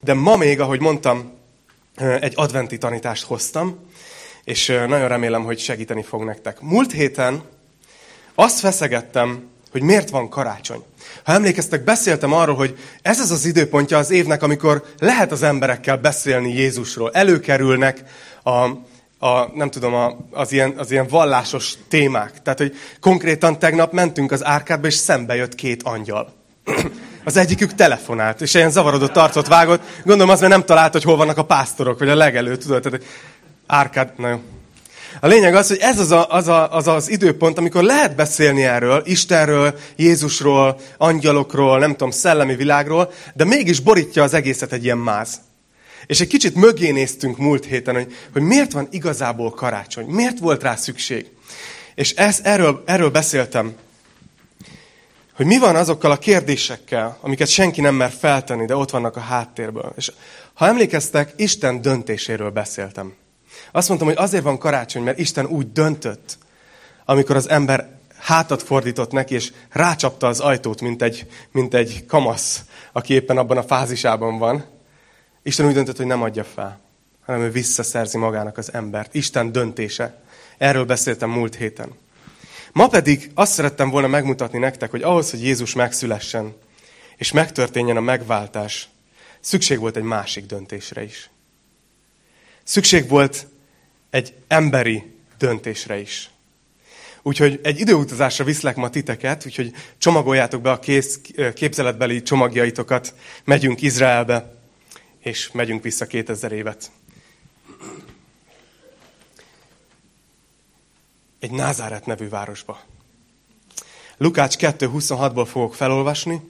de ma még, ahogy mondtam, egy adventi tanítást hoztam, és nagyon remélem, hogy segíteni fog nektek. Múlt héten azt feszegettem, hogy miért van karácsony. Ha emlékeztek, beszéltem arról, hogy ez az az időpontja az évnek, amikor lehet az emberekkel beszélni Jézusról. Előkerülnek az ilyen vallásos témák. Tehát, hogy konkrétan tegnap mentünk az árkádba, és szembe jött 2 angyal. Az egyikük telefonált, és ilyen zavarodott arcot vágott. Gondolom az, mert nem talált, hogy hol vannak a pásztorok, vagy a legelő, tudod. Tehát, árkád, na jó. A lényeg az, hogy ez az időpont, amikor lehet beszélni erről, Istenről, Jézusról, angyalokról, nem tudom, szellemi világról, de mégis borítja az egészet egy ilyen máz. És egy kicsit mögé néztünk múlt héten, hogy miért van igazából karácsony, miért volt rá szükség. És erről beszéltem, hogy mi van azokkal a kérdésekkel, amiket senki nem mer feltenni, de ott vannak a háttérből. És ha emlékeztek, Isten döntéséről beszéltem. Azt mondtam, hogy azért van karácsony, mert Isten úgy döntött, amikor az ember hátat fordított neki, és rácsapta az ajtót, mint egy kamasz, aki éppen abban a fázisában van. Isten úgy döntött, hogy nem adja fel, hanem ő visszaszerzi magának az embert. Isten döntése. Erről beszéltem múlt héten. Ma pedig azt szerettem volna megmutatni nektek, hogy ahhoz, hogy Jézus megszülessen, és megtörténjen a megváltás, szükség volt egy másik döntésre is. Szükség volt egy emberi döntésre is. Úgyhogy egy időutazásra viszlek ma titeket, úgyhogy csomagoljátok be a képzeletbeli csomagjaitokat, megyünk Izraelbe, és megyünk vissza 2000 évet. Egy Názáret nevű városba. Lukács 2.26-ból fogok felolvasni,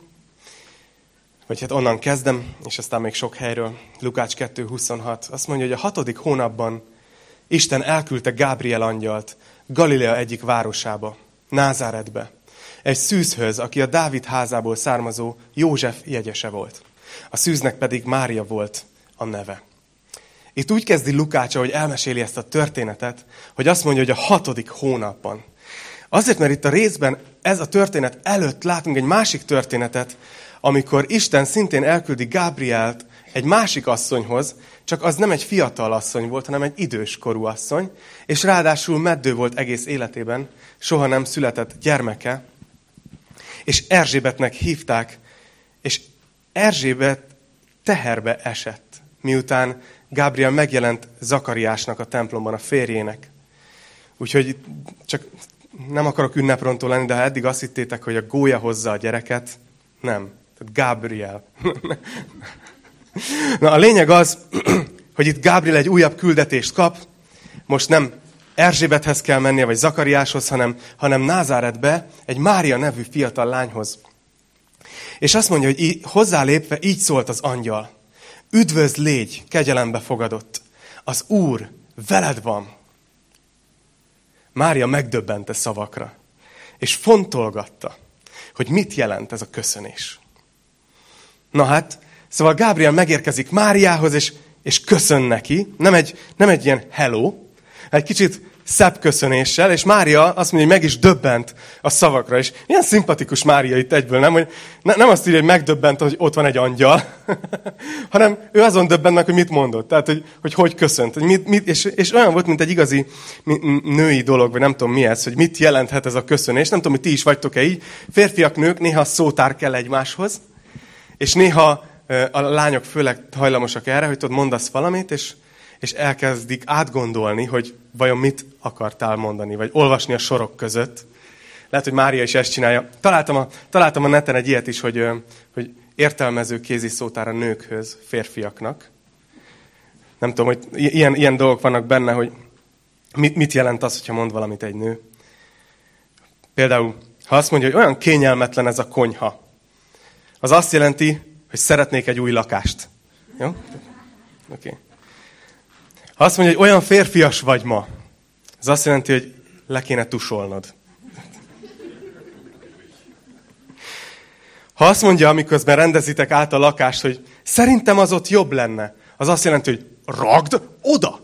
vagy hát onnan kezdem, és aztán még sok helyről. Lukács 2.26. Azt mondja, hogy a 6. hónapban Isten elküldte Gábriel angyalt Galilea egyik városába, Názáretbe, egy szűzhöz, aki a Dávid házából származó József jegyese volt. A szűznek pedig Mária volt a neve. Itt úgy kezdi Lukács, ahogy elmeséli ezt a történetet, hogy azt mondja, hogy a 6. hónapban. Azért, mert itt a részben ez a történet előtt látunk egy másik történetet, amikor Isten szintén elküldi Gábrielt egy másik asszonyhoz, csak az nem egy fiatal asszony volt, hanem egy időskorú asszony, és ráadásul meddő volt egész életében, soha nem született gyermeke, és Erzsébetnek hívták, és Erzsébet teherbe esett, miután Gábriel megjelent Zakariásnak a templomban, a férjének. Úgyhogy csak nem akarok ünneprontó lenni, de ha eddig azt hittétek, hogy a gólya hozza a gyereket, nem. Tehát Gábriel. Na, a lényeg az, hogy itt Gábriel egy újabb küldetést kap. Most nem Erzsébethez kell mennie, vagy Zakariáshoz, hanem Názáretbe, egy Mária nevű fiatal lányhoz. És azt mondja, hogy hozzálépve így szólt az angyal. Üdvözl légy, kegyelembe fogadott. Az Úr veled van. Mária megdöbbente szavakra, és fontolgatta, hogy mit jelent ez a köszönés. Na hát, szóval Gábriel megérkezik Máriához, és köszön neki, nem egy ilyen hello, egy kicsit szebb köszönéssel, és Mária azt mondja, hogy meg is döbbent a szavakra. És ilyen szimpatikus Mária itt egyből, nem? Hogy nem azt írja, hogy megdöbbent, hogy ott van egy angyal, hanem ő azon döbbent meg, hogy mit mondott. Tehát, hogy köszönt. Hogy és olyan volt, mint egy igazi női dolog, vagy nem tudom mi ez, hogy mit jelenthet ez a köszönés. Nem tudom, hogy ti is vagytok-e így. Férfiak, nők, néha szótár kell egymáshoz, és néha a lányok főleg hajlamosak erre, hogy tudod, mondasz valamit, és elkezdik átgondolni, hogy vajon mit akartál mondani, vagy olvasni a sorok között. Lehet, hogy Mária is ezt csinálja. Találtam a neten egy ilyet is, hogy értelmező kéziszótár a nőkhöz, férfiaknak. Nem tudom, hogy ilyen dolgok vannak benne, hogy mit jelent az, hogyha mond valamit egy nő. Például, ha azt mondja, hogy olyan kényelmetlen ez a konyha, az azt jelenti, hogy szeretnék egy új lakást. Jó? Oké. Okay. Ha azt mondja, hogy olyan férfias vagy ma, az azt jelenti, hogy le kéne tusolnod. Ha azt mondja, amiközben rendezitek át a lakást, hogy szerintem az ott jobb lenne, az azt jelenti, hogy ragd oda.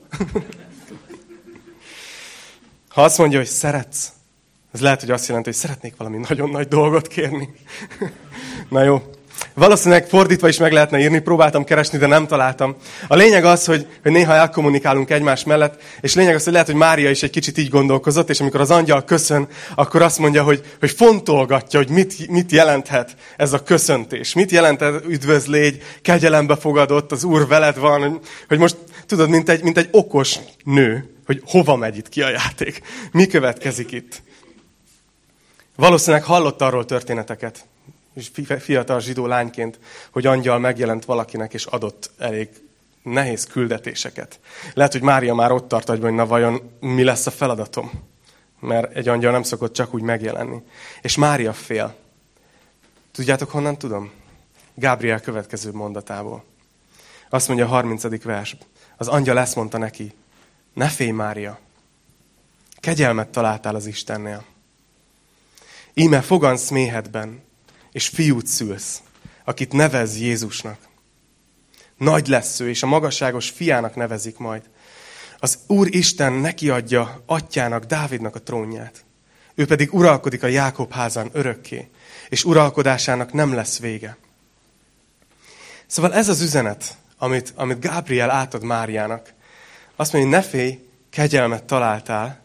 Ha azt mondja, hogy szeretsz, az lehet, hogy azt jelenti, hogy szeretnék valami nagyon nagy dolgot kérni. Na jó. Valószínűleg fordítva is meg lehetne írni, próbáltam keresni, de nem találtam. A lényeg az, hogy néha elkommunikálunk egymás mellett, és lényeg az, hogy lehet, hogy Mária is egy kicsit így gondolkozott, és amikor az angyal köszön, akkor azt mondja, hogy fontolgatja, hogy mit jelenthet ez a köszöntés. Mit jelenthet üdvözlégy, kegyelembe fogadott, az Úr veled van, hogy most tudod, mint egy okos nő, hogy hova megy itt ki a játék. Mi következik itt? Valószínűleg hallott arról történeteket, és fiatal zsidó lányként, hogy angyal megjelent valakinek, és adott elég nehéz küldetéseket. Lehet, hogy Mária már ott tart, hogy na vajon mi lesz a feladatom? Mert egy angyal nem szokott csak úgy megjelenni. És Mária fél. Tudjátok, honnan tudom? Gábriel következő mondatából. Azt mondja a 30. vers. Az angyal ezt mondta neki, ne félj, Mária, kegyelmet találtál az Istennél. Íme fogansz méhedben, és fiút szülsz, akit nevez Jézusnak. Nagy lesz ő, és a magasságos fiának nevezik majd. Az Úr Isten neki adja atyának, Dávidnak a trónját. Ő pedig uralkodik a Jákob házán örökké, és uralkodásának nem lesz vége. Szóval ez az üzenet, amit Gábriel átad Máriának. Azt mondja, hogy ne félj, kegyelmet találtál,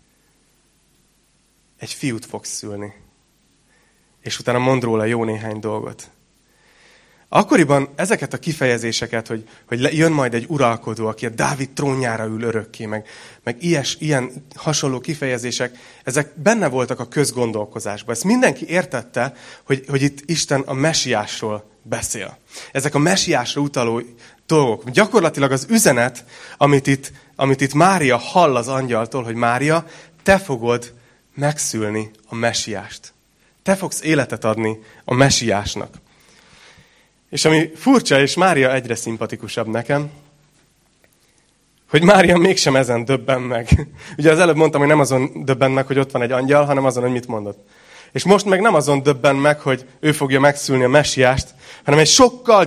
egy fiút fogsz szülni. És utána mond róla jó néhány dolgot. Akkoriban ezeket a kifejezéseket, hogy jön majd egy uralkodó, aki a Dávid trónjára ül örökké, meg ilyen hasonló kifejezések, ezek benne voltak a közgondolkozásban. Ezt mindenki értette, hogy itt Isten a mesiásról beszél. Ezek a mesiásra utaló dolgok. Gyakorlatilag az üzenet, amit itt Mária hall az angyaltól, hogy Mária, te fogod megszülni a mesiást. Te fogsz életet adni a mesiásnak. És ami furcsa, és Mária egyre szimpatikusabb nekem, hogy Mária mégsem ezen döbben meg. Ugye az előbb mondtam, hogy nem azon döbben meg, hogy ott van egy angyal, hanem azon, hogy mit mondott. És most meg nem azon döbben meg, hogy ő fogja megszülni a mesiást, hanem egy sokkal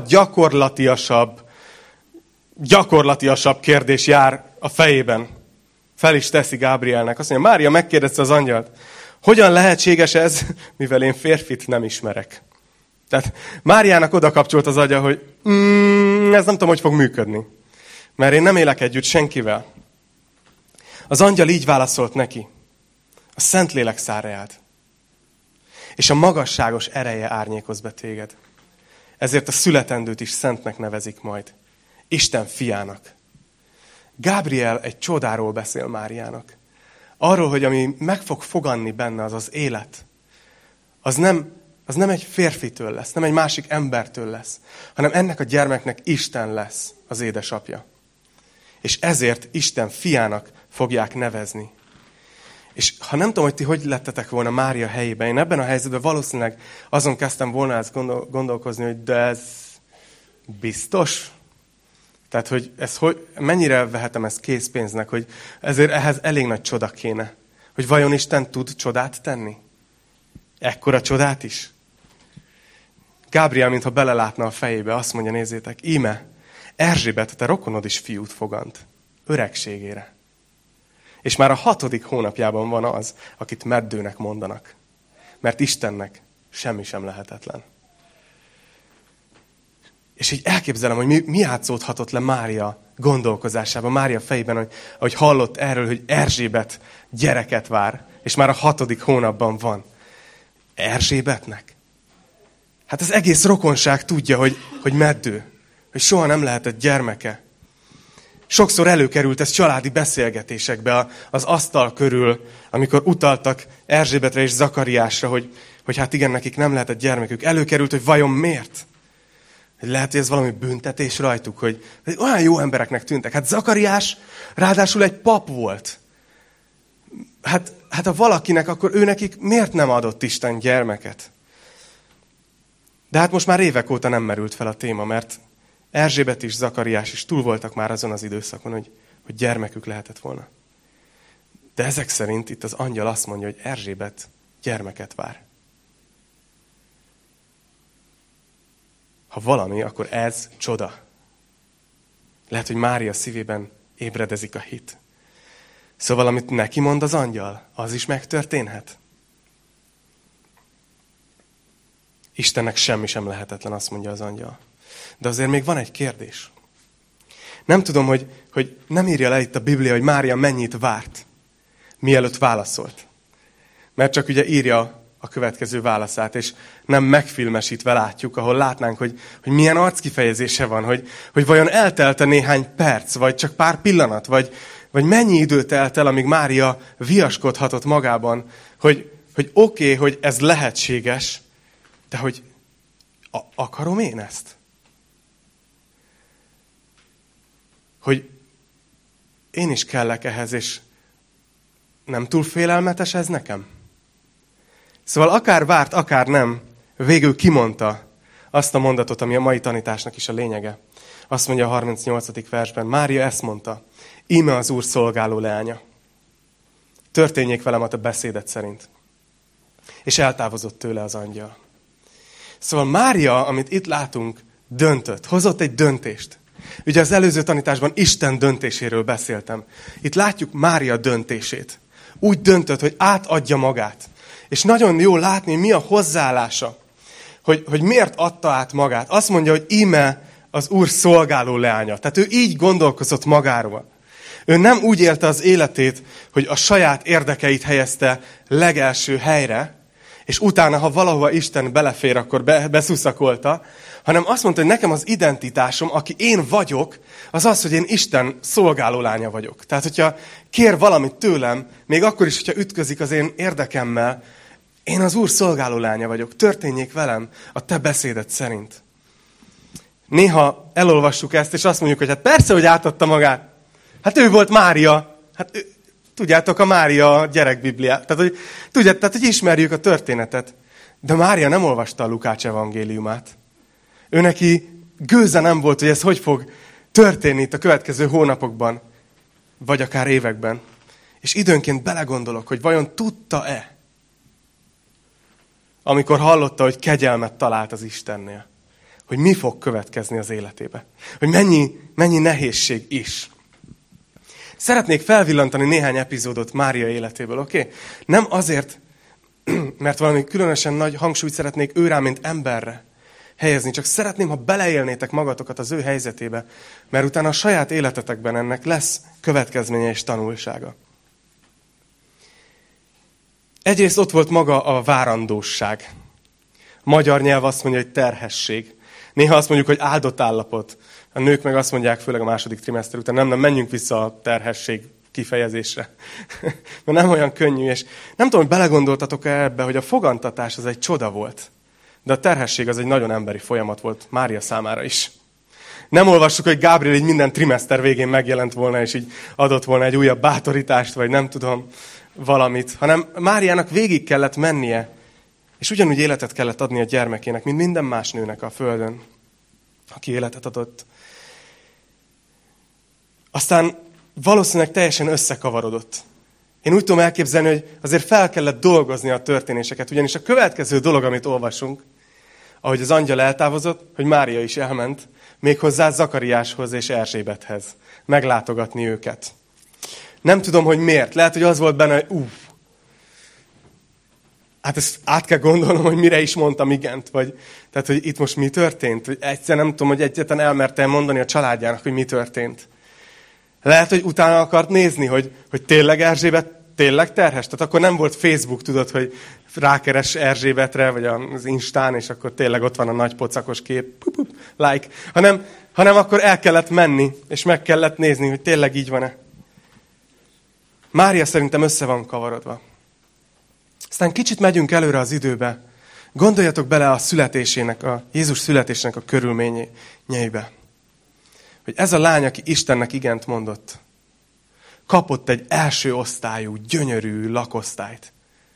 gyakorlatiasabb kérdés jár a fejében. Fel is teszi Gábrielnek. Azt mondja, Mária megkérdezte az angyalt, hogyan lehetséges ez, mivel én férfit nem ismerek. Tehát Máriának oda kapcsolt az agya, hogy ez nem tudom, hogy fog működni. Mert én nem élek együtt senkivel. Az angyal így válaszolt neki. A Szentlélek száll rád. És a magasságos ereje árnyékoz be téged. Ezért a születendőt is szentnek nevezik majd. Isten fiának. Gábriel egy csodáról beszél Máriának. Arról, hogy ami meg fog foganni benne, az élet. Az nem egy férfitől lesz, nem egy másik embertől lesz, hanem ennek a gyermeknek Isten lesz az édesapja. És ezért Isten fiának fogják nevezni. És ha nem tudom, hogy ti hogy lettetek volna Mária helyében, én ebben a helyzetben valószínűleg azon kezdtem volna ezt gondolkozni, hogy de ez biztos? Tehát, hogy mennyire vehetem ezt készpénznek, hogy ezért ehhez elég nagy csoda kéne. Hogy vajon Isten tud csodát tenni? Ekkora csodát is? Gábriel, mintha belelátna a fejébe, azt mondja, nézzétek, íme, Erzsébet, te rokonod is fiút fogant, öregségére. És már a 6. hónapjában van az, akit meddőnek mondanak. Mert Istennek semmi sem lehetetlen. És így elképzelem, hogy mi játszódhatott le Mária gondolkozásában, Mária fejében, hogy hallott erről, hogy Erzsébet gyereket vár, és már a 6. hónapban van. Erzsébetnek? Hát az egész rokonság tudja, hogy meddő, hogy soha nem lehetett gyermeke. Sokszor előkerült ez családi beszélgetésekbe az asztal körül, amikor utaltak Erzsébetre és Zakariásra, hogy hát igen, nekik nem lehetett gyermekük. Előkerült, hogy vajon miért? Hogy lehet, hogy ez valami büntetés rajtuk, hogy olyan jó embereknek tűntek. Hát Zakariás ráadásul egy pap volt. Hát ha valakinek, akkor ő nekik miért nem adott Isten gyermeket? De hát most már évek óta nem merült fel a téma, mert Erzsébet is, Zakariás is túl voltak már azon az időszakon, hogy gyermekük lehetett volna. De ezek szerint itt az angyal azt mondja, hogy Erzsébet gyermeket vár. Ha valami, akkor ez csoda. Lehet, hogy Mária szívében ébredezik a hit. Szóval, amit neki mond az angyal, az is megtörténhet. Istennek semmi sem lehetetlen, azt mondja az angyal. De azért még van egy kérdés. Nem tudom, hogy nem írja le itt a Biblia, hogy Mária mennyit várt, mielőtt válaszolt. Mert csak ugye írja a következő válaszát, és nem megfilmesítve látjuk, ahol látnánk, hogy milyen arckifejezése van, hogy vajon eltelt-e néhány perc, vagy csak pár pillanat, vagy mennyi idő telt el, amíg Mária viaskodhatott magában, hogy oké, hogy ez lehetséges, de hogy akarom én ezt? Hogy én is kellek ehhez, és nem túl félelmetes ez nekem? Szóval akár várt, akár nem, végül kimondta azt a mondatot, ami a mai tanításnak is a lényege. Azt mondja a 38. versben, Mária ezt mondta, íme az Úr szolgáló leánya. Történjék velem a te beszédet szerint. És eltávozott tőle az angyal. Szóval Mária, amit itt látunk, döntött, hozott egy döntést. Ugye az előző tanításban Isten döntéséről beszéltem. Itt látjuk Mária döntését. Úgy döntött, hogy átadja magát. És nagyon jó látni, mi a hozzáállása. Hogy miért adta át magát. Azt mondja, hogy íme az Úr szolgáló leánya. Tehát ő így gondolkozott magáról. Ő nem úgy élte az életét, hogy a saját érdekeit helyezte legelső helyre, és utána, ha valahova Isten belefér, akkor beszuszakolta, hanem azt mondta, hogy nekem az identitásom, aki én vagyok, az az, hogy én Isten szolgáló lánya vagyok. Tehát, hogyha kér valamit tőlem, még akkor is, hogyha ütközik az én érdekemmel, én az Úr szolgáló lánya vagyok. Történjék velem a te beszédet szerint. Néha elolvassuk ezt, és azt mondjuk, hogy hát persze, hogy átadta magát. Hát ő volt Mária. Hát tudjátok, a Mária gyerekbibliát. Tehát, hogy ismerjük a történetet. De Mária nem olvasta a Lukács evangéliumát. Ő neki gőze nem volt, hogy ez hogy fog történni itt a következő hónapokban, vagy akár években. És időnként belegondolok, hogy vajon tudta-e, amikor hallotta, hogy kegyelmet talált az Istennél, hogy mi fog következni az életébe. Hogy mennyi nehézség is. Szeretnék felvillantani néhány epizódot Mária életéből, oké? Nem azért, mert valami különösen nagy hangsúlyt szeretnék őrá, mint emberre helyezni, csak szeretném, ha beleélnétek magatokat az ő helyzetébe, mert utána a saját életetekben ennek lesz következménye és tanulsága. Egyrészt ott volt maga a várandóság. A magyar nyelv azt mondja, hogy terhesség. Néha azt mondjuk, hogy áldott állapot. A nők meg azt mondják, főleg a második trimester után, nem, menjünk vissza a terhesség kifejezésre. Mert nem olyan könnyű, és nem tudom, hogy belegondoltatok-e ebbe, hogy a fogantatás az egy csoda volt. De a terhesség az egy nagyon emberi folyamat volt Mária számára is. Nem olvassuk, hogy Gábriel így minden trimester végén megjelent volna, és így adott volna egy újabb bátorítást, vagy nem tudom, valamit. Hanem Máriának végig kellett mennie, és ugyanúgy életet kellett adni a gyermekének, mint minden más nőnek a földön, aki életet adott. Aztán valószínűleg teljesen összekavarodott. Én úgy tudom elképzelni, hogy azért fel kellett dolgozni a történéseket, ugyanis a következő dolog, amit olvasunk, ahogy az angyal eltávozott, hogy Mária is elment, méghozzá Zakariáshoz és Erzsébethez meglátogatni őket. Nem tudom, hogy miért. Lehet, hogy az volt benne, hogy hát ezt át kell gondolnom, hogy mire is mondtam igent, tehát, hogy itt most mi történt. Egyszer nem tudom, hogy egyetlen elmertem mondani a családjának, hogy mi történt. Lehet, hogy utána akart nézni, hogy tényleg Erzsébet tényleg terhes. Tehát akkor nem volt Facebook, tudod, hogy rákeres Erzsébetre, vagy az Instán, és akkor tényleg ott van a nagy pocakos kép, like. Hanem akkor el kellett menni, és meg kellett nézni, hogy tényleg így van-e. Mária szerintem össze van kavarodva. Aztán kicsit megyünk előre az időbe. Gondoljatok bele a Jézus születésének a körülményeibe. Hogy ez a lány, aki Istennek igent mondott, kapott egy első osztályú, gyönyörű lakosztályt.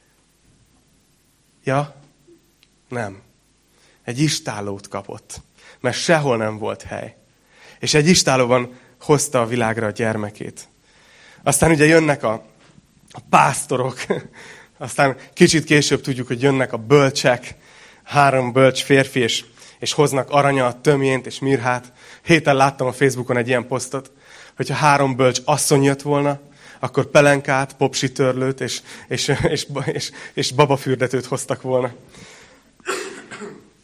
Ja? Nem. Egy istállót kapott, mert sehol nem volt hely. És egy istálóban hozta a világra a gyermekét. Aztán ugye jönnek a pásztorok, aztán kicsit később tudjuk, hogy jönnek a bölcsek, 3 bölcs férfi, és hoznak aranyat, tömjént és mirhát. Héten láttam a Facebookon egy ilyen posztot, hogyha 3 bölcs asszony jött volna, akkor pelenkát, popsitörlőt és babafürdetőt hoztak volna.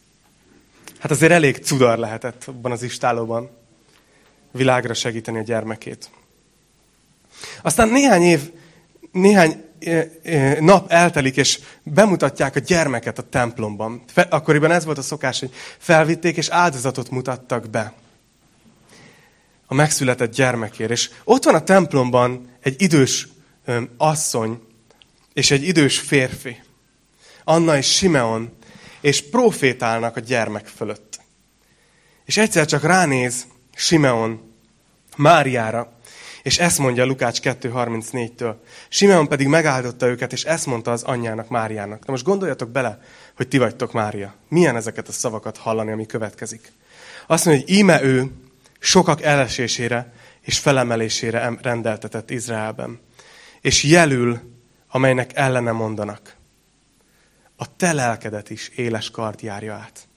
hát azért elég cudar lehetett abban az istállóban világra segíteni a gyermekét. Aztán néhány nap eltelik, és bemutatják a gyermeket a templomban. Akkoriban ez volt a szokás, hogy felvitték, és áldozatot mutattak be a megszületett gyermekért. És ott van a templomban egy idős asszony, és egy idős férfi, Anna és Simeon, és profétálnak a gyermek fölött. És egyszer csak ránéz Simeon Máriára, és ezt mondja Lukács 2.34-től. Simeon pedig megáldotta őket, és ezt mondta az anyjának, Máriának. Na most gondoljatok bele, hogy ti vagytok Mária. Milyen ezeket a szavakat hallani, ami következik. Azt mondja, hogy íme ő sokak elesésére és felemelésére rendeltetett Izraelben. És jelül, amelynek ellene mondanak. A te lelkedet is éles kard járja át.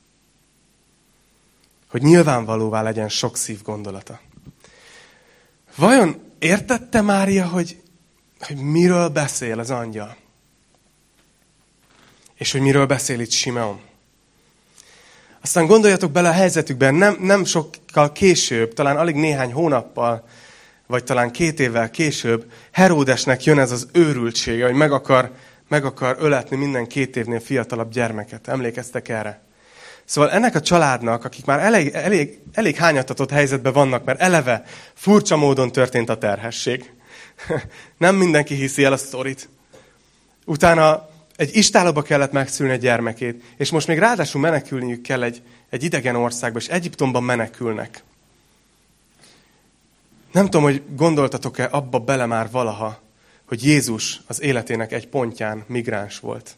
Hogy nyilvánvalóvá legyen sok szív gondolata. Vajon értette Mária, hogy miről beszél az angyal? És hogy miről beszél itt Simeon? Aztán gondoljatok bele a helyzetükben, nem sokkal később, talán alig néhány hónappal, vagy talán 2 évvel később, Heródesnek jön ez az őrültsége, hogy meg akar öletni minden 2 évnél fiatalabb gyermeket. Emlékeztek erre? Szóval ennek a családnak, akik már elég hányattatott helyzetben vannak, mert eleve furcsa módon történt a terhesség. Nem mindenki hiszi el a sztorit. Utána egy istállóba kellett megszülni a gyermekét, és most még ráadásul menekülniük kell egy idegen országba, és Egyiptomban menekülnek. Nem tudom, hogy gondoltatok-e abba bele már valaha, hogy Jézus az életének egy pontján migráns volt.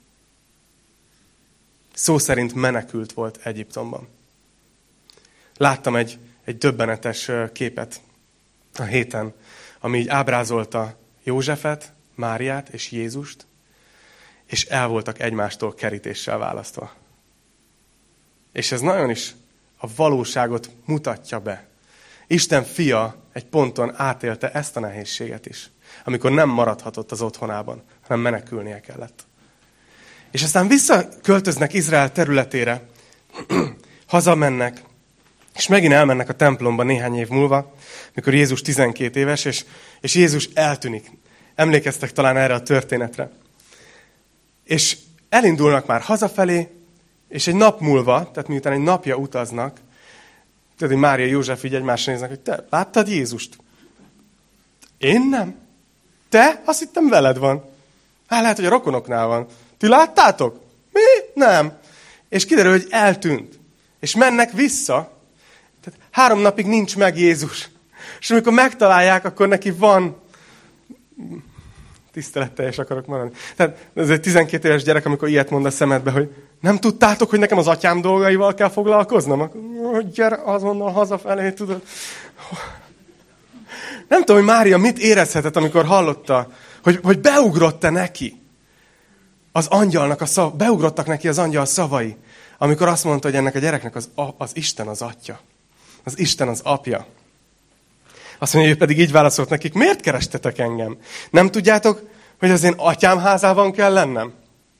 Szó szerint menekült volt Egyiptomban. Láttam egy döbbenetes képet a héten, ami így ábrázolta Józsefet, Máriát és Jézust, és el voltak egymástól kerítéssel választva. És ez nagyon is a valóságot mutatja be. Isten fia egy ponton átélte ezt a nehézséget is, amikor nem maradhatott az otthonában, hanem menekülnie kellett. És aztán visszaköltöznek Izrael területére, hazamennek, és megint elmennek a templomba néhány év múlva, mikor Jézus 12 éves, és Jézus eltűnik. Emlékeztek talán erre a történetre. És elindulnak már hazafelé, és egy nap múlva, tehát miután egy napja utaznak, tudod, hogy Mária, József így egymásra néznek, hogy te láttad Jézust? Én nem. Te? Azt hittem veled van. Lehet, hogy a rokonoknál van. Ti láttátok? Mi? Nem. És kiderül, hogy eltűnt. És mennek vissza. Tehát 3 napig nincs meg Jézus. És amikor megtalálják, akkor neki van... Tiszteletteljes akarok maradni. Tehát ez egy 12 éves gyerek, amikor ilyet mond a szemedbe, hogy nem tudtátok, hogy nekem az atyám dolgaival kell foglalkoznom? Gyere azonnal hazafelé, tudod. Nem tudom, hogy Mária mit érezhetett, amikor hallotta, hogy beugrott-e neki az angyalnak beugrottak neki az angyal szavai, amikor azt mondta, hogy ennek a gyereknek az Isten az atya. Az Isten az apja. Azt mondja, hogy ő pedig így válaszolt nekik, miért kerestetek engem? Nem tudjátok, hogy az én atyám házában kell lennem?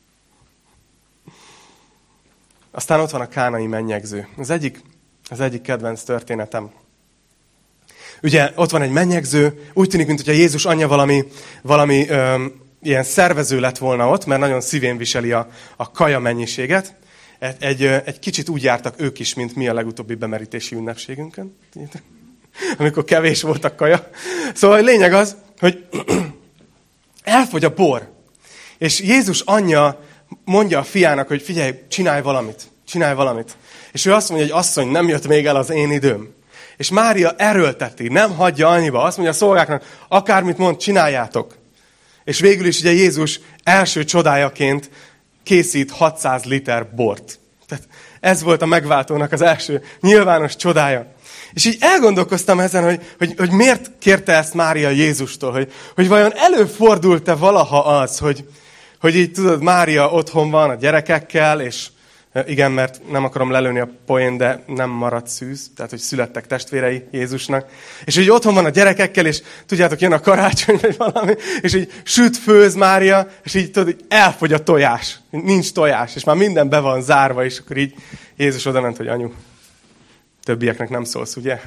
Aztán ott van a kánai mennyegző. Az egyik kedvenc történetem. Ugye ott van egy mennyegző, úgy tűnik, mintha Jézus anyja valami ilyen szervező lett volna ott, mert nagyon szívén viseli a kaja mennyiséget. Egy kicsit úgy jártak ők is, mint mi a legutóbbi bemerítési ünnepségünkön. Amikor kevés volt a kaja. Szóval a lényeg az, hogy elfogy a bor. És Jézus anyja mondja a fiának, hogy figyelj, csinálj valamit. És ő azt mondja, hogy asszony, nem jött még el az én időm. És Mária erőlteti, nem hagyja annyiba. Azt mondja a szolgáknak, akármit mond, csináljátok. És végül is ugye Jézus első csodájaként készít 600 liter bort. Tehát ez volt a megváltónak az első nyilvános csodája. És így elgondolkoztam ezen, hogy miért kérte ezt Mária Jézustól, hogy vajon előfordult-e valaha az, hogy így tudod, Mária otthon van a gyerekekkel, és Igen, mert nem akarom lelőni a poén, de nem maradt szűz, tehát hogy születtek testvérei Jézusnak. És így otthon van a gyerekekkel, és tudjátok, jön a karácsony, vagy valami, és így süt, főz Mária, és így tudod, így elfogy a tojás. Nincs tojás, és már minden be van zárva, és akkor így Jézus oda ment, hogy anyu, többieknek nem szólsz, ugye?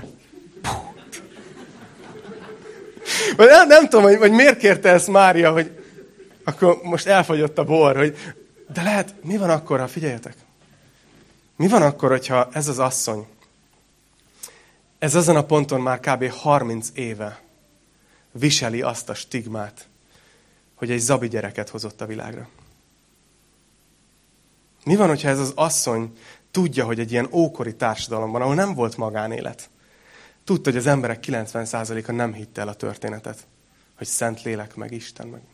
Nem tudom, hogy miért kérte ezt Mária, hogy akkor most elfogyott a bor, hogy de lehet, mi van akkor, ha figyeljetek? Mi van akkor, hogyha ez az asszony, ez azon a ponton már kb. 30 éve viseli azt a stigmát, hogy egy zabi gyereket hozott a világra? Mi van, hogyha ez az asszony tudja, hogy egy ilyen ókori társadalomban, ahol nem volt magánélet, tudta, hogy az emberek 90%-a nem hitte el a történetet, hogy Szent Lélek meg Isten meg.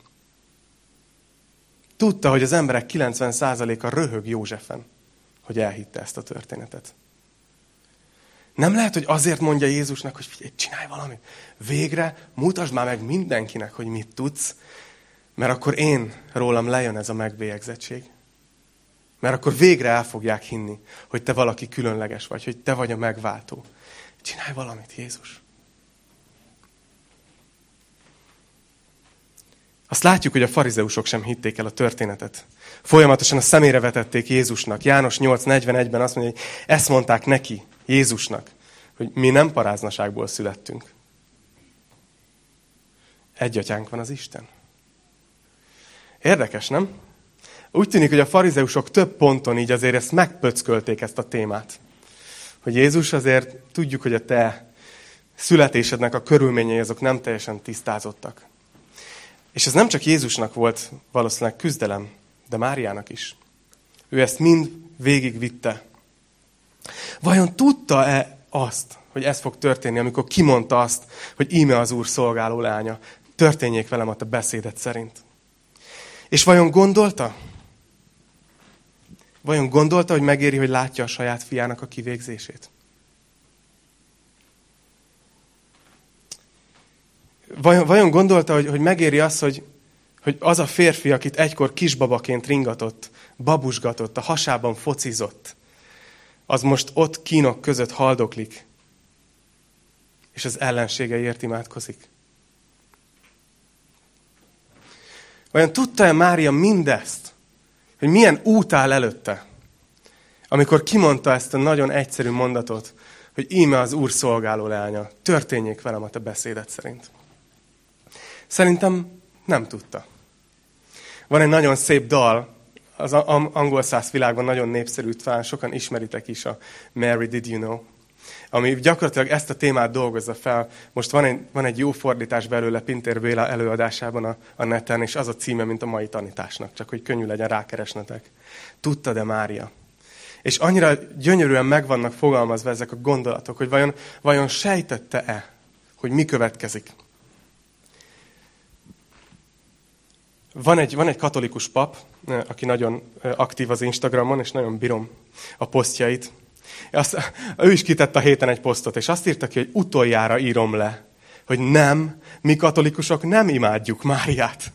Tudta, hogy az emberek 90%-a röhög Józsefen, hogy elhitte ezt a történetet. Nem lehet, hogy azért mondja Jézusnak, hogy figyelj, csinálj valamit. Végre mutasd már meg mindenkinek, hogy mit tudsz, mert akkor én rólam lejön ez a megbélyegzettség. Mert akkor végre el fogják hinni, hogy te valaki különleges vagy, hogy te vagy a megváltó. Csinálj valamit, Jézus. Azt látjuk, hogy a farizeusok sem hitték el a történetet. Folyamatosan a szemére vetették Jézusnak. János 8:41-ben azt mondja, hogy ezt mondták neki, Jézusnak, hogy mi nem paráznaságból születtünk. Egy atyánk van, az Isten. Érdekes, nem? Úgy tűnik, hogy a farizeusok több ponton így azért ezt megpöckölték, ezt a témát. Hogy Jézus, azért tudjuk, hogy a te születésednek a körülményei azok nem teljesen tisztázottak. És ez nem csak Jézusnak volt valószínűleg küzdelem, de Máriának is. Ő ezt mind végigvitte. Vajon tudta-e azt, hogy ez fog történni, amikor kimondta azt, hogy íme az Úr szolgáló lánya, történjék velem a te beszédet szerint? És vajon gondolta? Vajon gondolta, hogy megéri, hogy látja a saját fiának a kivégzését? Vajon gondolta, hogy megéri az, hogy az a férfi, akit egykor kisbabaként ringatott, babusgatott, a hasában focizott, az most ott kínok között haldoklik, és az ellenségeiért imádkozik? Vajon tudta-e Mária mindezt, hogy milyen út áll előtte, amikor kimondta ezt a nagyon egyszerű mondatot, hogy íme az Úr szolgáló leánya, történjék velem a te beszédet szerint? Szerintem nem tudta. Van egy nagyon szép dal, az angol száz világban nagyon népszerű, talán sokan ismeritek is, a Mary Did You Know, ami gyakorlatilag ezt a témát dolgozza fel. Most van egy jó fordítás belőle Pintér Béla előadásában a neten, és az a címe, mint a mai tanításnak, csak hogy könnyű legyen rákeresnetek. Tudta-e Mária? És annyira gyönyörűen meg vannak fogalmazva ezek a gondolatok, hogy vajon sejtette-e, hogy mi következik. Van egy katolikus pap, aki nagyon aktív az Instagramon, és nagyon bírom a posztjait. Ő is kitett a héten egy posztot, és azt írta ki, hogy utoljára írom le, hogy nem, mi katolikusok nem imádjuk Máriát.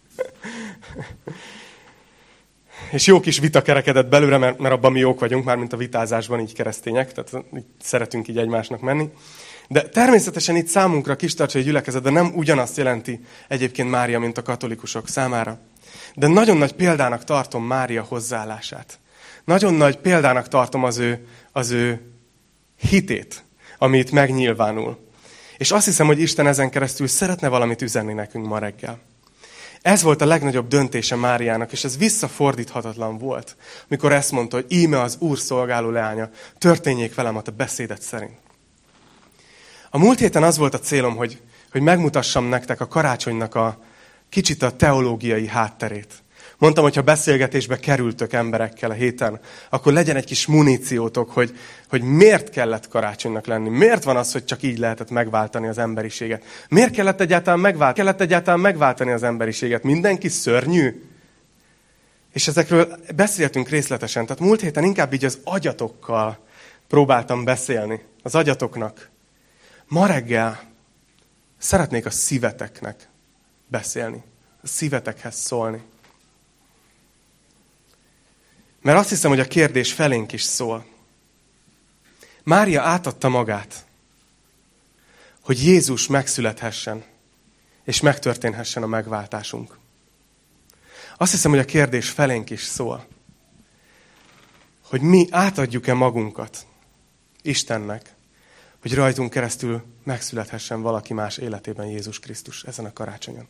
És jó kis vita kerekedett belőle, mert abban mi jók vagyunk, már mint a vitázásban, így keresztények, tehát így szeretünk így egymásnak menni. De természetesen itt számunkra, kistarcsai gyülekezetben nem ugyanazt jelenti egyébként Mária, mint a katolikusok számára. De nagyon nagy példának tartom Mária hozzáállását. Nagyon nagy példának tartom az ő hitét, ami itt megnyilvánul. És azt hiszem, hogy Isten ezen keresztül szeretne valamit üzenni nekünk ma reggel. Ez volt a legnagyobb döntése Máriának, és ez visszafordíthatatlan volt, mikor ezt mondta, hogy íme az Úr szolgáló leánya, történjék velem a te beszédet szerint. A múlt héten az volt a célom, hogy megmutassam nektek a karácsonynak kicsit a teológiai hátterét. Mondtam, hogy ha beszélgetésbe kerültök emberekkel a héten, akkor legyen egy kis muníciótok, hogy miért kellett karácsonynak lenni. Miért van az, hogy csak így lehetett megváltani az emberiséget? Miért kellett egyáltalán megváltani az emberiséget? Mindenki szörnyű? És ezekről beszéltünk részletesen. Tehát múlt héten inkább így az agyatokkal próbáltam beszélni. Az agyatoknak. Ma reggel szeretnék a szíveteknek beszélni. A szívetekhez szólni. Mert azt hiszem, hogy a kérdés felénk is szól. Mária átadta magát, hogy Jézus megszülethessen, és megtörténhessen a megváltásunk. Azt hiszem, hogy a kérdés felénk is szól, hogy mi átadjuk-e magunkat Istennek, hogy rajtunk keresztül megszülethessen valaki más életében Jézus Krisztus ezen a karácsonyon.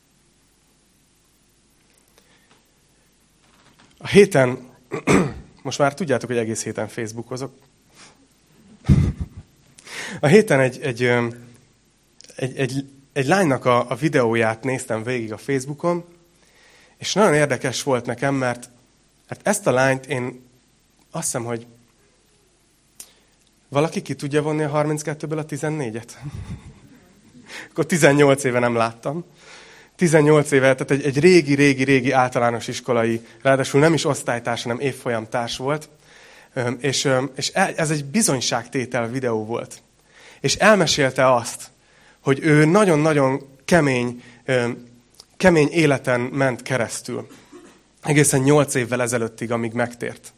A héten, most már tudjátok, hogy egész héten Facebookozok. A héten egy lánynak a videóját néztem végig a Facebookon, és nagyon érdekes volt nekem, mert ezt a lányt én azt hiszem, hogy valaki ki tudja vonni a 32-ből a 14-et? Akkor 18 éve nem láttam. 18 éve, tehát egy régi általános iskolai, ráadásul nem is osztálytárs, hanem évfolyamtárs volt. És ez egy bizonyságtétel videó volt. És elmesélte azt, hogy ő nagyon-nagyon kemény életen ment keresztül. Egészen 8 évvel ezelőttig, amíg megtért.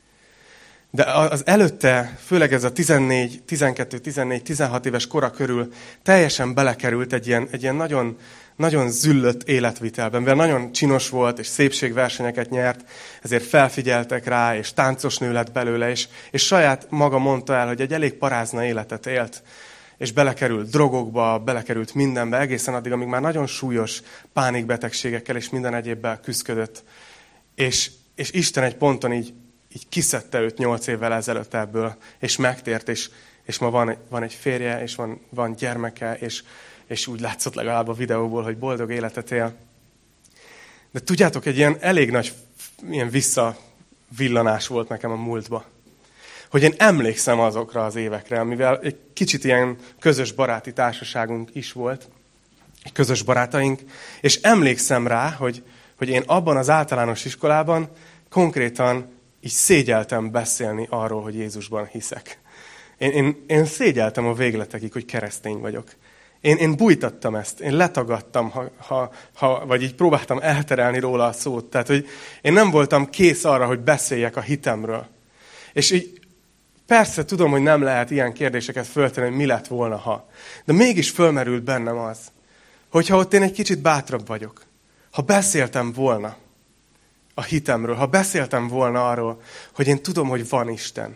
De az előtte, főleg ez a 14, 12, 14, 16 éves kora körül teljesen belekerült egy ilyen nagyon, nagyon züllött életvitelben, mivel nagyon csinos volt, és szépségversenyeket nyert, ezért felfigyeltek rá, és táncos nő lett belőle, és saját maga mondta el, hogy egy elég parázna életet élt, és belekerült drogokba, belekerült mindenbe, egészen addig, amíg már nagyon súlyos pánikbetegségekkel és minden egyébbel küzdött. És Isten egy ponton így kiszedte őt 8 évvel ezelőtt ebből, és megtért, és ma van egy férje, és van gyermeke, és úgy látszott legalább a videóból, hogy boldog életet él. De tudjátok, egy ilyen elég nagy ilyen visszavillanás volt nekem a múltba. Hogy én emlékszem azokra az évekre, amivel egy kicsit ilyen közös baráti társaságunk is volt, közös barátaink, és emlékszem rá, hogy én abban az általános iskolában konkrétan így szégyeltem beszélni arról, hogy Jézusban hiszek. Én szégyeltem a végletekig, hogy keresztény vagyok. Én bújtattam ezt, én letagadtam, vagy így próbáltam elterelni róla a szót. Tehát, hogy én nem voltam kész arra, hogy beszéljek a hitemről. És így persze tudom, hogy nem lehet ilyen kérdéseket föltenni, hogy mi lett volna, ha. De mégis fölmerült bennem az, hogyha ott én egy kicsit bátrabb vagyok, ha beszéltem volna a hitemről, ha beszéltem volna arról, hogy én tudom, hogy van Isten.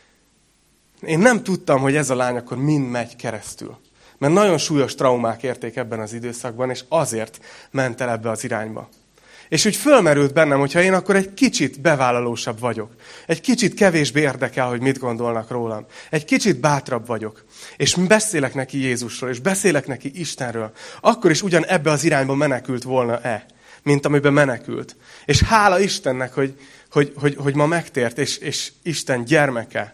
Én nem tudtam, hogy ez a lány akkor mind megy keresztül. Mert nagyon súlyos traumák érték ebben az időszakban, és azért ment el ebbe az irányba. És úgy fölmerült bennem, hogyha én akkor egy kicsit bevállalósabb vagyok. Egy kicsit kevésbé érdekel, hogy mit gondolnak rólam. Egy kicsit bátrabb vagyok. És beszélek neki Jézusról, és beszélek neki Istenről. Akkor is ugyan ebbe az irányba menekült volna-e, mint amiben menekült. És hála Istennek, hogy ma megtért, és Isten gyermeke.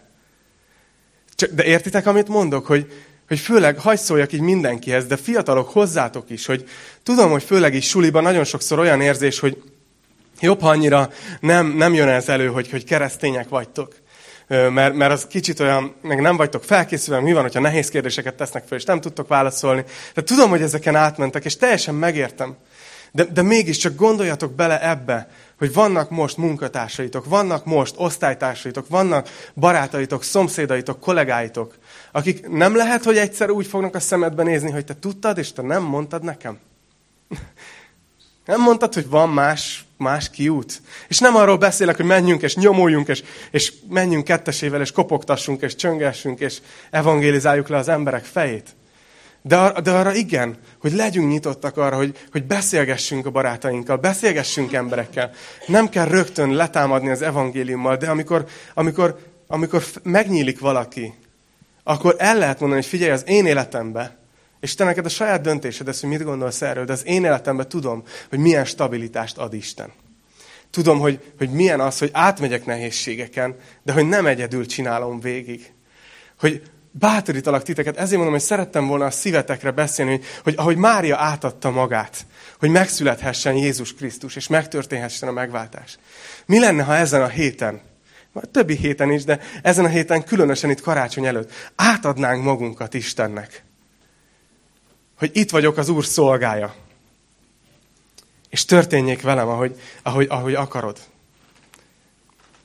De értitek, amit mondok, hogy főleg, hadd szóljak így mindenkihez, de fiatalok hozzátok is, hogy tudom, hogy főleg is suliban nagyon sokszor olyan érzés, hogy jobb, ha annyira nem jön ez elő, hogy keresztények vagytok. Mert az kicsit olyan, meg nem vagytok felkészülve, mi van, hogyha nehéz kérdéseket tesznek fel, és nem tudtok válaszolni. Tehát tudom, hogy ezeken átmentek, és teljesen megértem. De mégiscsak gondoljatok bele ebbe, hogy vannak most munkatársaitok, vannak most osztálytársaitok, vannak barátaitok, szomszédaitok, kollégáitok, akik nem lehet, hogy egyszer úgy fognak a szemedbe nézni, hogy te tudtad, és te nem mondtad nekem. Nem mondtad, hogy van más kiút. És nem arról beszélek, hogy menjünk, és nyomuljunk, és menjünk kettesével, és kopogtassunk, és csöngessünk, és evangélizáljuk le az emberek fejét. De arra igen, hogy legyünk nyitottak arra, hogy beszélgessünk a barátainkkal, beszélgessünk emberekkel. Nem kell rögtön letámadni az evangéliummal, de amikor megnyílik valaki, akkor el lehet mondani, hogy figyelj, az én életembe, és te neked a saját döntésed ez, hogy mit gondolsz erről, de az én életemben tudom, hogy milyen stabilitást ad Isten. Tudom, hogy milyen az, hogy átmegyek nehézségeken, de hogy nem egyedül csinálom végig. Hogy bátorítalak titeket, ezért mondom, hogy szerettem volna a szívetekre beszélni, hogy ahogy Mária átadta magát, hogy megszülethessen Jézus Krisztus, és megtörténhessen a megváltás. Mi lenne, ha ezen a héten, többi héten is, de ezen a héten különösen itt karácsony előtt átadnánk magunkat Istennek. Hogy itt vagyok az Úr szolgája. És történjék velem, ahogy akarod.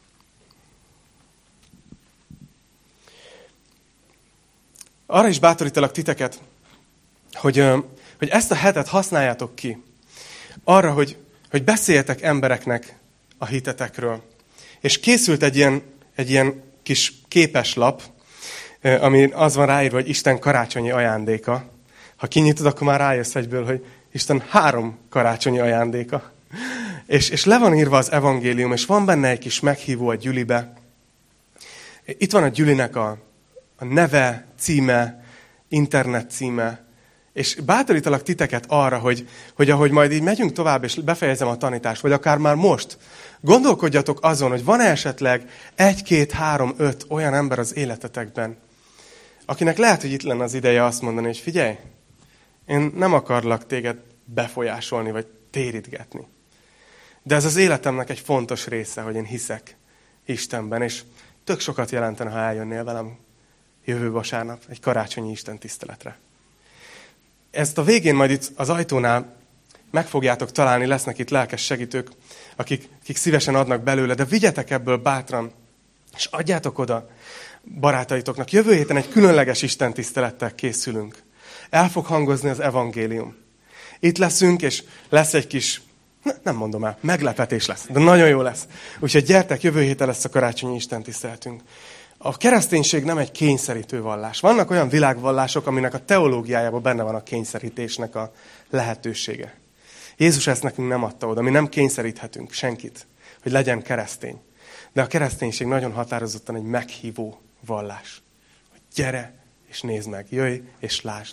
Arra is bátorítalak titeket, hogy ezt a hetet használjátok ki. Arra, hogy beszéljetek embereknek a hitetekről. És készült egy ilyen kis képeslap, ami az van ráírva, hogy Isten karácsonyi ajándéka. Ha kinyitod, akkor már rájössz egyből, hogy Isten 3 karácsonyi ajándéka. És le van írva az evangélium, és van benne egy kis meghívó a gyülibe. Itt van a gyülinek a neve, címe, internet címe, és bátorítalak titeket arra, hogy ahogy majd így megyünk tovább, és befejezem a tanítást, vagy akár már most, gondolkodjatok azon, hogy van esetleg 1, 2, 3, 5 olyan ember az életetekben, akinek lehet, hogy itt lenne az ideje azt mondani, hogy figyelj, én nem akarlak téged befolyásolni, vagy térítgetni. De ez az életemnek egy fontos része, hogy én hiszek Istenben, és tök sokat jelentene, ha eljönnél velem jövő vasárnap egy karácsonyi Isten tiszteletre. Ezt a végén majd itt az ajtónál meg fogjátok találni, lesznek itt lelkes segítők, akik szívesen adnak belőle, de vigyetek ebből bátran, és adjátok oda barátaitoknak. Jövő héten egy különleges Isten tisztelettel készülünk. El fog hangozni az evangélium. Itt leszünk, és lesz egy kis, nem mondom el, meglepetés lesz, de nagyon jó lesz. Úgyhogy gyertek, jövő héten lesz a karácsonyi Isten tiszteletünk. A kereszténység nem egy kényszerítő vallás. Vannak olyan világvallások, aminek a teológiájában benne van a kényszerítésnek a lehetősége. Jézus ezt nekünk nem adta oda, mi nem kényszeríthetünk senkit, hogy legyen keresztény. De a kereszténység nagyon határozottan egy meghívó vallás. Hogy gyere és nézd meg, jöjj és lásd.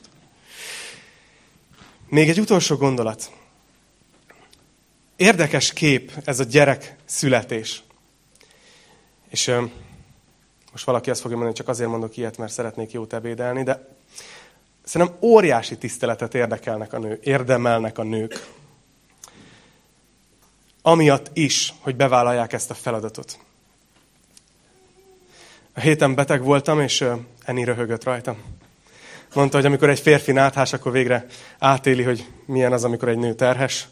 Még egy utolsó gondolat. Érdekes kép ez a gyerek születés. És most valaki azt fogja mondani, hogy csak azért mondok ilyet, mert szeretnék jót ebédelni, de szerintem óriási tiszteletet érdemelnek a nők. Amiatt is, hogy bevállalják ezt a feladatot. A héten beteg voltam, és Eni röhögött rajtam. Mondta, hogy amikor egy férfi náthás, akkor végre átéli, hogy milyen az, amikor egy nő terhes.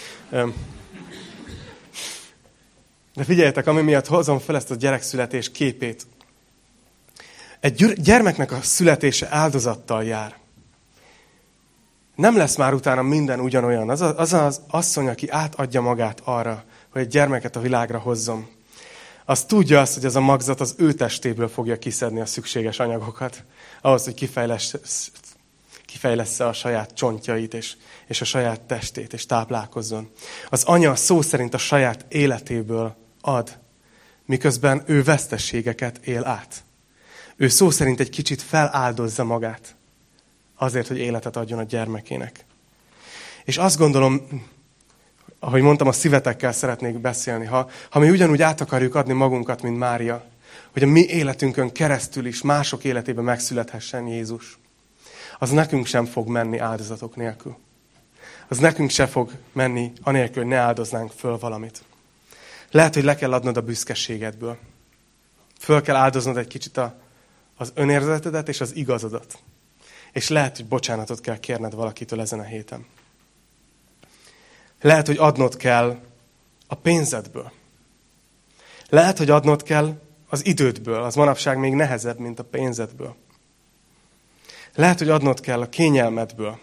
De figyeljetek, ami miatt hozom fel ezt a gyerekszületés képét. Egy gyermeknek a születése áldozattal jár. Nem lesz már utána minden ugyanolyan. Az asszony, aki átadja magát arra, hogy egy gyermeket a világra hozzon, az tudja azt, hogy ez a magzat az ő testéből fogja kiszedni a szükséges anyagokat, ahhoz, hogy kifejlessze a saját csontjait és a saját testét, és táplálkozzon. Az anya szó szerint a saját életéből ad, miközben ő vesztességeket él át. Ő szó szerint egy kicsit feláldozza magát azért, hogy életet adjon a gyermekének. És azt gondolom, ahogy mondtam, a szívetekkel szeretnék beszélni. Ha mi ugyanúgy át akarjuk adni magunkat, mint Mária, hogy a mi életünkön keresztül is mások életében megszülethessen Jézus, az nekünk sem fog menni áldozatok nélkül. Az nekünk sem fog menni anélkül, hogy ne áldoznánk föl valamit. Lehet, hogy le kell adnod a büszkeségedből. Föl kell áldoznod egy kicsit az önérzetedet és az igazodat. És lehet, hogy bocsánatot kell kérned valakitől ezen a héten. Lehet, hogy adnod kell a pénzedből. Lehet, hogy adnod kell az idődből. Az manapság még nehezebb, mint a pénzedből. Lehet, hogy adnod kell a kényelmedből.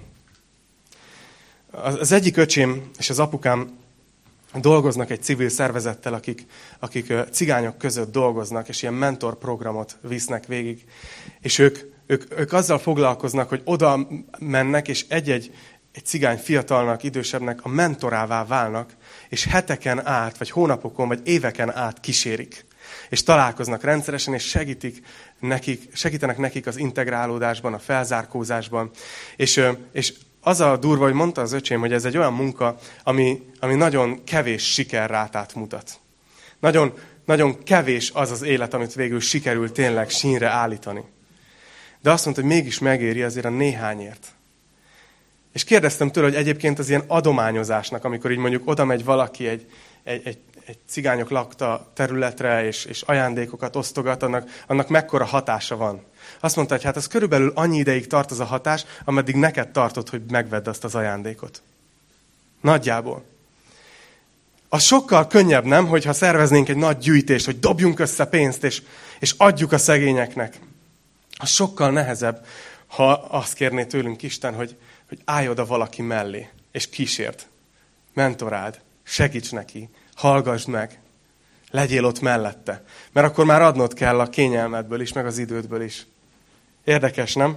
Az egyik öcsém és az apukám dolgoznak egy civil szervezettel, akik cigányok között dolgoznak, és ilyen mentorprogramot visznek végig. És ők azzal foglalkoznak, hogy oda mennek, és egy cigány fiatalnak, idősebbnek a mentorává válnak, és heteken át, vagy hónapokon, vagy éveken át kísérik. És találkoznak rendszeresen, és segítenek nekik az integrálódásban, a felzárkózásban. És az a durva, hogy mondta az öcsém, hogy ez egy olyan munka, ami nagyon kevés sikerrátát mutat. Nagyon, nagyon kevés az az élet, amit végül sikerül tényleg sínre állítani. De azt mondta, hogy mégis megéri azért a néhányért. És kérdeztem tőle, hogy egyébként az ilyen adományozásnak, amikor így mondjuk oda megy valaki egy cigányok lakta területre, és ajándékokat osztogat, annak mekkora hatása van. Azt mondta, hogy hát az körülbelül annyi ideig tart az a hatás, ameddig neked tartod, hogy megvedd azt az ajándékot. Nagyjából. Az sokkal könnyebb, nem, hogyha szerveznénk egy nagy gyűjtést, hogy dobjunk össze pénzt, és adjuk a szegényeknek. Az sokkal nehezebb, ha azt kérné tőlünk Isten, hogy állj oda valaki mellé, és kísérd, mentoráld, segíts neki, hallgassd meg, legyél ott mellette. Mert akkor már adnod kell a kényelmedből is, meg az idődből is. Érdekes, nem?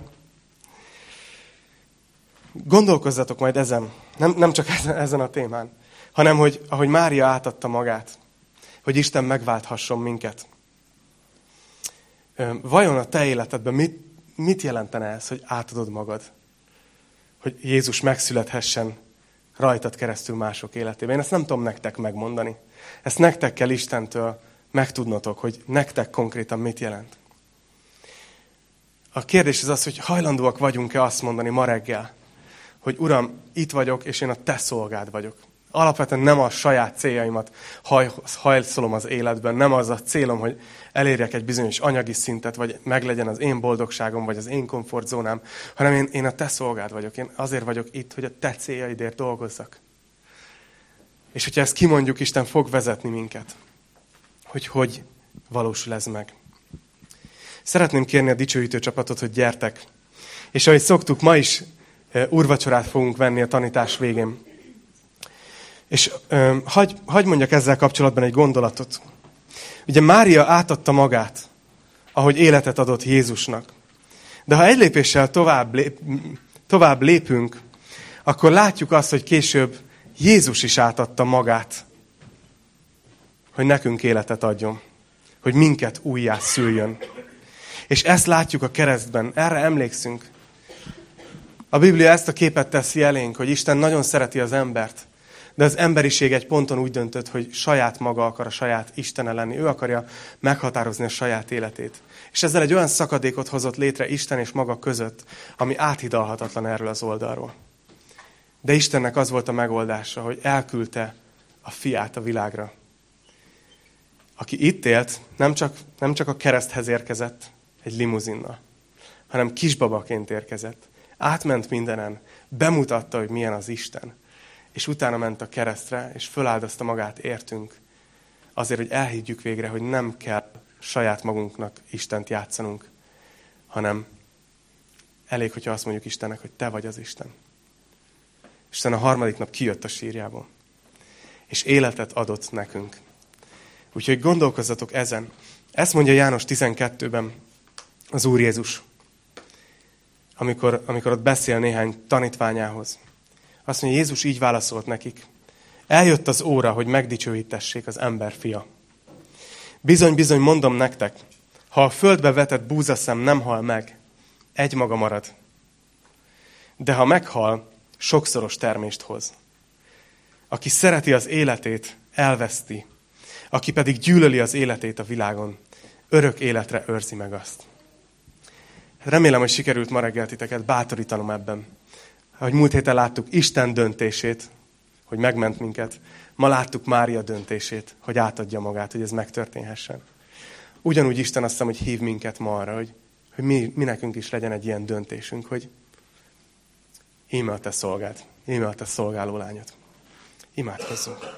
Gondolkozzatok majd ezen, nem csak ezen a témán, hanem hogy ahogy Mária átadta magát, hogy Isten megválthasson minket. Vajon a te életedben mit jelentene ez, hogy átadod magad? Hogy Jézus megszülethessen rajtad keresztül mások életében. Én ezt nem tudom nektek megmondani. Ezt nektek kell Istentől megtudnotok, hogy nektek konkrétan mit jelent. A kérdés az, hogy hajlandóak vagyunk-e azt mondani ma reggel, hogy Uram, itt vagyok, és én a te szolgád vagyok. Alapvetően nem a saját céljaimat hajszolom az életben, nem az a célom, hogy elérjek egy bizonyos anyagi szintet, vagy meglegyen az én boldogságom, vagy az én komfortzónám, hanem én a te szolgád vagyok. Én azért vagyok itt, hogy a te céljaidért dolgozzak. És hogyha ezt kimondjuk, Isten fog vezetni minket, hogy valósul ez meg. Szeretném kérni a dicsőítő csapatot, hogy gyertek. És ahogy szoktuk, ma is úrvacsorát fogunk venni a tanítás végén. És hagy mondjak ezzel kapcsolatban egy gondolatot. Ugye Mária átadta magát, ahogy életet adott Jézusnak. De ha egy lépéssel tovább lépünk, akkor látjuk azt, hogy később Jézus is átadta magát, hogy nekünk életet adjon. Hogy minket újjá szüljön. És ezt látjuk a keresztben, erre emlékszünk. A Biblia ezt a képet teszi elénk, hogy Isten nagyon szereti az embert, de az emberiség egy ponton úgy döntött, hogy saját maga akar a saját Istene lenni. Ő akarja meghatározni a saját életét. És ezzel egy olyan szakadékot hozott létre Isten és maga között, ami áthidalhatatlan erről az oldalról. De Istennek az volt a megoldása, hogy elküldte a fiát a világra. Aki itt élt, nem csak a kereszthez érkezett egy limuzinnal, hanem kisbabaként érkezett. Átment mindenen, bemutatta, hogy milyen az Isten. És utána ment a keresztre, és föláldozta magát értünk. Azért, hogy elhiggyük végre, hogy nem kell saját magunknak Istent játszanunk, hanem elég, hogyha azt mondjuk Istennek, hogy te vagy az Isten. Isten a harmadik nap kijött a sírjából, és életet adott nekünk. Úgyhogy gondolkozzatok ezen. Ezt mondja János 12-ben az Úr Jézus, amikor ott beszél néhány tanítványához. Azt mondja, Jézus így válaszolt nekik. Eljött az óra, hogy megdicsőítessék az ember fia. Bizony, bizony, mondom nektek, ha a földbe vetett búzaszem nem hal meg, egymaga marad. De ha meghal, sokszoros termést hoz. Aki szereti az életét, elveszti. Aki pedig gyűlöli az életét a világon, örök életre őrzi meg azt. Remélem, hogy sikerült ma reggel titeket bátorítanom ebben. Ahogy múlt héten láttuk Isten döntését, hogy megment minket, ma láttuk Mária döntését, hogy átadja magát, hogy ez megtörténhessen. Ugyanúgy Isten azt hiszem, hogy hív minket ma arra, hogy mi nekünk is legyen egy ilyen döntésünk, hogy íme a te szolgád, íme a te szolgáló lányod. Imádkozzunk.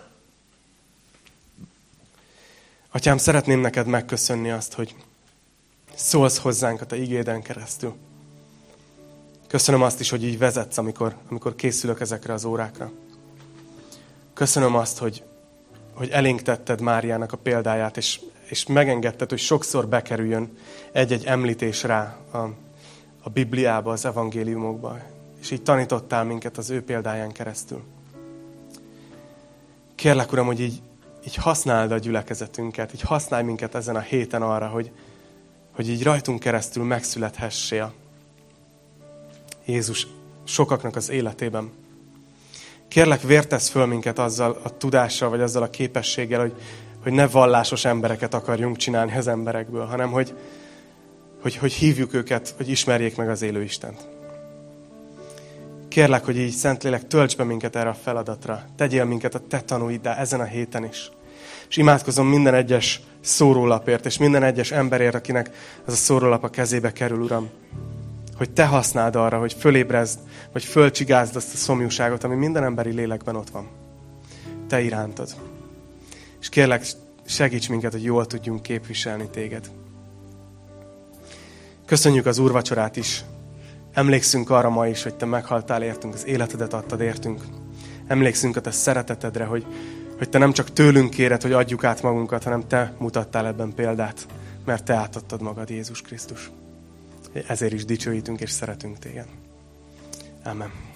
Atyám, szeretném neked megköszönni azt, hogy szólsz hozzánk a te igéden keresztül. Köszönöm azt is, hogy így vezetsz, amikor készülök ezekre az órákra. Köszönöm azt, hogy elénk tetted Máriának a példáját, és megengedted, hogy sokszor bekerüljön egy-egy említés rá a Bibliába, az evangéliumokba. És így tanítottál minket az ő példáján keresztül. Kérlek, Uram, hogy így használd a gyülekezetünket, így használj minket ezen a héten arra, hogy így rajtunk keresztül megszülethessél Jézus sokaknak az életében. Kérlek, vértesz föl minket azzal a tudással, vagy azzal a képességgel, hogy ne vallásos embereket akarjunk csinálni az emberekből, hanem hogy hívjuk őket, hogy ismerjék meg az élő Istent. Kérlek, hogy így Szentlélek, tölts be minket erre a feladatra. Tegyél minket a te tanúiddá ezen a héten is. És imádkozom minden egyes szórólapért, és minden egyes emberért, akinek ez a szórólap a kezébe kerül, Uram. Hogy te használd arra, hogy fölébrezd, vagy fölcsigázd azt a szomjúságot, ami minden emberi lélekben ott van. Te irántad. És kérlek, segíts minket, hogy jól tudjunk képviselni téged. Köszönjük az úrvacsorát is Emlékszünk arra ma is, hogy Te meghaltál értünk, az életedet adtad értünk. Emlékszünk a Te szeretetedre, hogy Te nem csak tőlünk kéred, hogy adjuk át magunkat, hanem Te mutattál ebben példát, mert Te átadtad magad, Jézus Krisztus. Ezért is dicsőítünk és szeretünk Téged. Amen.